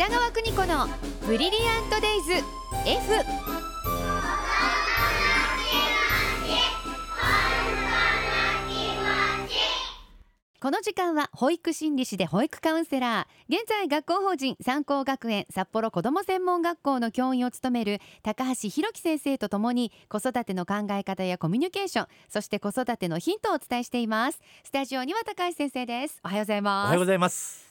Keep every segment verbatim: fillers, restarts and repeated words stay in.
北川邦子のブリリアントデイズ F。 この時間は保育心理士で保育カウンセラー、現在学校法人三高学園札幌子ども専門学校の教員を務める高橋弘樹先生とともに、子育ての考え方やコミュニケーション、そして子育てのヒントをお伝えしています。スタジオには高橋先生です。おはようございます。 おはようございます。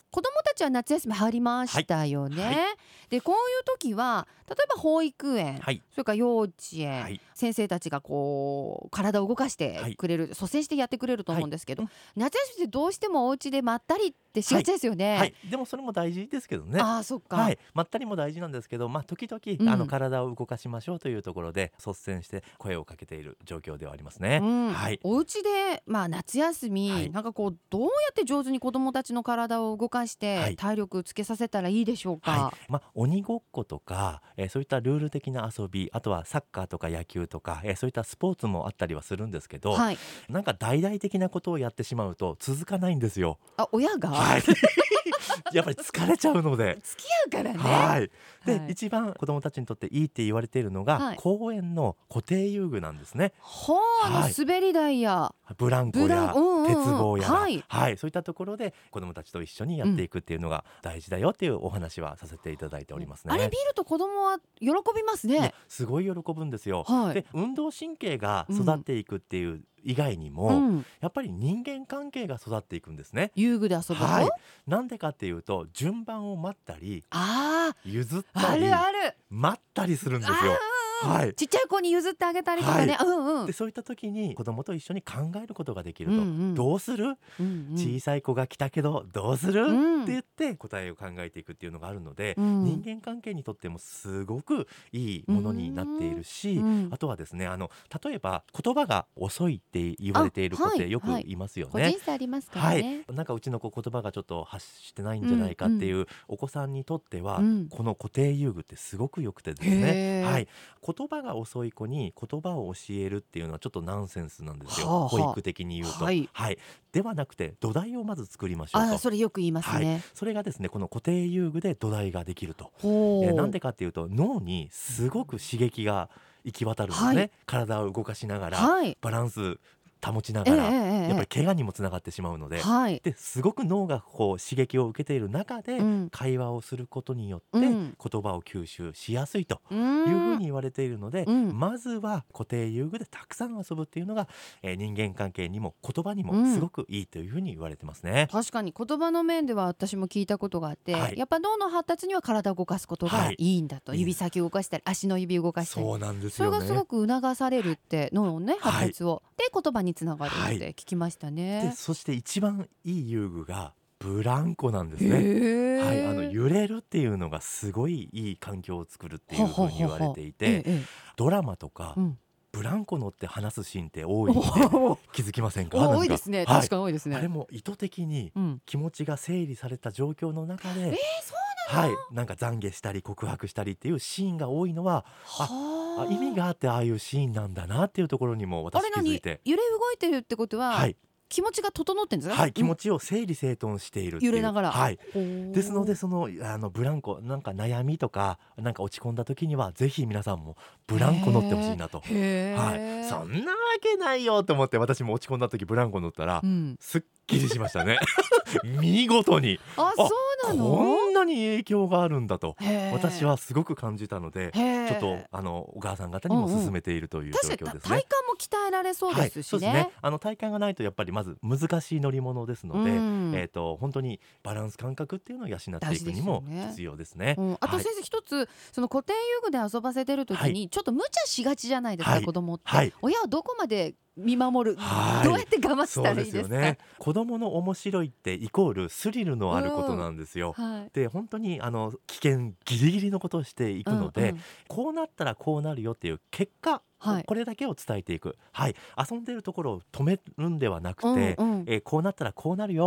子どもたちは夏休み入りましたよね、はいはい、でこういう時は例えば保育園、はい、それから幼稚園、はい、先生たちがこう体を動かしてくれる、はい、率先してやってくれると思うんですけど、はい、夏休みってどうしてもお家でまったりってしがちですよね、 はいはい、でもそれも大事ですけどね。 あ、そっか、 はい、まったりも大事なんですけど、まあ、時々、うん、あの体を動かしましょうというところで率先して声をかけている状況ではありますね、うん、はい、 お家で、まあ、夏休み、はい、なんかこうどうやって上手に子どもたちの体を動かして体力つけさせたらいいでしょうか。 はい、まあ、鬼ごっことか、えー、そういったルール的な遊び、あとはサッカーとか野球とか、えー、そういったスポーツもあったりはするんですけど、はい、なんか大々的なことをやってしまうと続かないんですよ。 あ、親が、 はいやっぱり疲れちゃうので付き合うからね、 はいで、はい、 い一番子どもたちにとっていいって言われているのが、はい、公園の固定遊具なんですね。 ほう、はい、滑り台やブランコや鉄棒や、 はいはい、そういったところで子どもたちと一緒にやっていくっていうのが大事だよっていうお話はさせていただいておりますね、 うん、あれ見ると子どもは喜びますね。 すごい喜ぶんですよ、 はい、 で運動神経が育っていくっていう以外にも、うん、やっぱり人間関係が育っていくんですね。 遊具で遊ぶと、はい、 なんでかっていうと順番を待ったり、 あ、 譲ったり、 あるある、 待ったりするんですよ。はい、 ちっちゃい子に譲ってあげたりとかね、はい、うんうん、 でそういった時に子供と一緒に考えることができると、うんうん、どうする、うんうん、小さい子が来たけどどうする、うん、って言って答えを考えていくっていうのがあるので、うん、人間関係にとってもすごくいいものになっているし、うん、あとはですね、あの例えば言葉が遅いって言われている子ってよくいますよね、 はいはい、個人差ありますからね、 はい、なんかうちの子言葉がちょっと発してないんじゃないかっていうお子さんにとっては、うん、この固定遊具ってすごく良くてですね、はい、言葉が遅い子に言葉を教えるっていうのはちょっとナンセンスなんですよ、はあはあ、保育的に言うと、はいはい、ではなくて土台をまず作りましょうと。 あ、それよく言いますね、 はい、それがですねこの固定遊具で土台ができると、えなんでかっていうと脳にすごく刺激が行き渡るんですね、はい、体を動かしながら、はい、バランス保ちながら、えー、やっぱり怪我にもつながってしまうので、はい、ですごく脳がこう刺激を受けている中で、うん、会話をすることによって、うん、言葉を吸収しやすいというふうに言われているので、うん、まずは固定遊具でたくさん遊ぶっていうのが、えー、人間関係にも言葉にもすごくいいというふうに言われてますね、 うん、確かに言葉の面では私も聞いたことがあって、はい、やっぱ脳の発達には体を動かすことがいいんだと、はい、指先を動かしたり足の指を動かしたり、 そうなんですよね、 それがすごく促されるって脳のね発達を、はい、で言葉につながるって聞きましたね、はい、 でそして一番いい遊具がブランコなんですね、はい、あの揺れるっていうのがすごいいい環境を作るっていうふうに言われていて、ははははドラマとか、うん、ブランコ乗って話すシーンって多いので気づきませんか？ 多いですね、はい、確かに多いですね。 あれも意図的に気持ちが整理された状況の中で、うん、えー、そうなの？ はい、なんか懺悔したり告白したりっていうシーンが多いのは、あ、意味があってああいうシーンなんだなっていうところにも私気づいて、 あれ何、揺れ動いてるってことは、はい、気持ちが整ってんですか？ はい、気持ちを整理整頓しているっていう、 揺れながら、 はい、ですのでそのあのブランコなんか悩みとかなんか落ち込んだ時にはぜひ皆さんもブランコ乗ってほしいなと、へー、はい、そんなわけないよと思って私も落ち込んだ時ブランコ乗ったら、うん、すっきりしましたね見事に、 あ、そうなの？ こんなに影響があるんだと私はすごく感じたので、ちょっとあのお母さん方にも勧めているという状況ですね、うんうん、確かに体幹も鍛えられそうですしね、はい、そうですね、あの体幹がないとやっぱりまず難しい乗り物ですので、うん、えーと、本当にバランス感覚っていうのを養っていくにも必要ですね、うん、 あと先生一つ、その固定遊具で遊ばせてる時にちょっと無茶しがちじゃないですか、はい、子供って、はい、親はどこまで見守る、はい、どうやって我慢したらいいですか？そうですよね、 子供の面白いってイコールスリルのあることなんですよ、うん、はい、で本当にあの危険ギリギリのことをしていくので、うんうん、こうなったらこうなるよっていう結果、はい、これだけを伝えていく、はい、遊んでるところを止めるんではなくて、うんうん、えー、こうなったらこうなるよ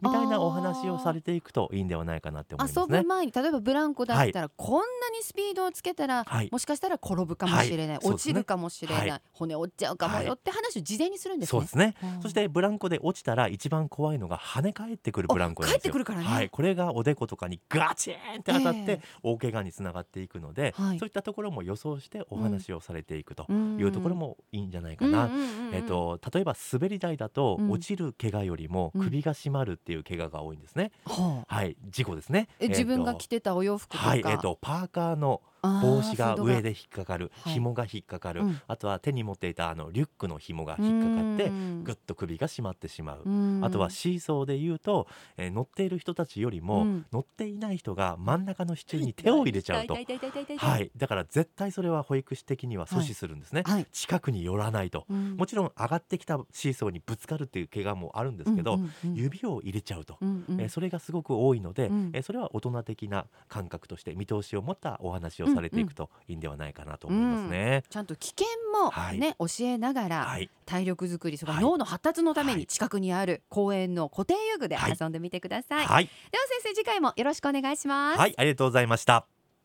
みたいなお話をされていくといいんではないかなって思いますね。 遊ぶ前に例えばブランコだったら、はい、こんなにスピードをつけたら、はい、もしかしたら転ぶかもしれない、はい、落ちるかもしれない、はい、骨折っちゃうかもよって話を事前にするんですね。 そうですね、うん、そしてブランコで落ちたら一番怖いのが跳ね返ってくるブランコなんですよ。 帰ってくるからね、 はい、これがおでことかにガチーンって当たって大怪我につながっていくので、えー、そういったところも予想してお話をされていくというところもいいんじゃないかな。えーと、例えば滑り台だと落ちる怪我よりも首が締まるっていう怪我が多いんですね、うんはい、事故ですね。 え、自分が着てたお洋服とか、 はい、えーと、パーカーの帽子が上で引っかかる、紐が引っかかる、はい、あとは手に持っていたあのリュックの紐が引っかかってぐっと首が締まってしまう。あとはシーソーでいうと、えー、乗っている人たちよりも、うん、乗っていない人が真ん中の支柱に手を入れちゃうと、はい、だから絶対それは保育士的には阻止するんですね、はい、近くに寄らないと、うん、もちろん上がってきたシーソーにぶつかるっていう怪我もあるんですけど、うんうんうん、指を入れちゃうと、うんうんえー、それがすごく多いので、うんえー、それは大人的な感覚として見通しを持ったお話をされていくといいんではないかなと思いますね、うんうん、 ちゃんと危険も、ねはい、教えながら、はい、体力づくり、それから脳の発達のために近くにある公園の固定遊具で遊んでみてください、はいはい、では先生、次回もよろしくお願いします。 はい、ありがとうございました。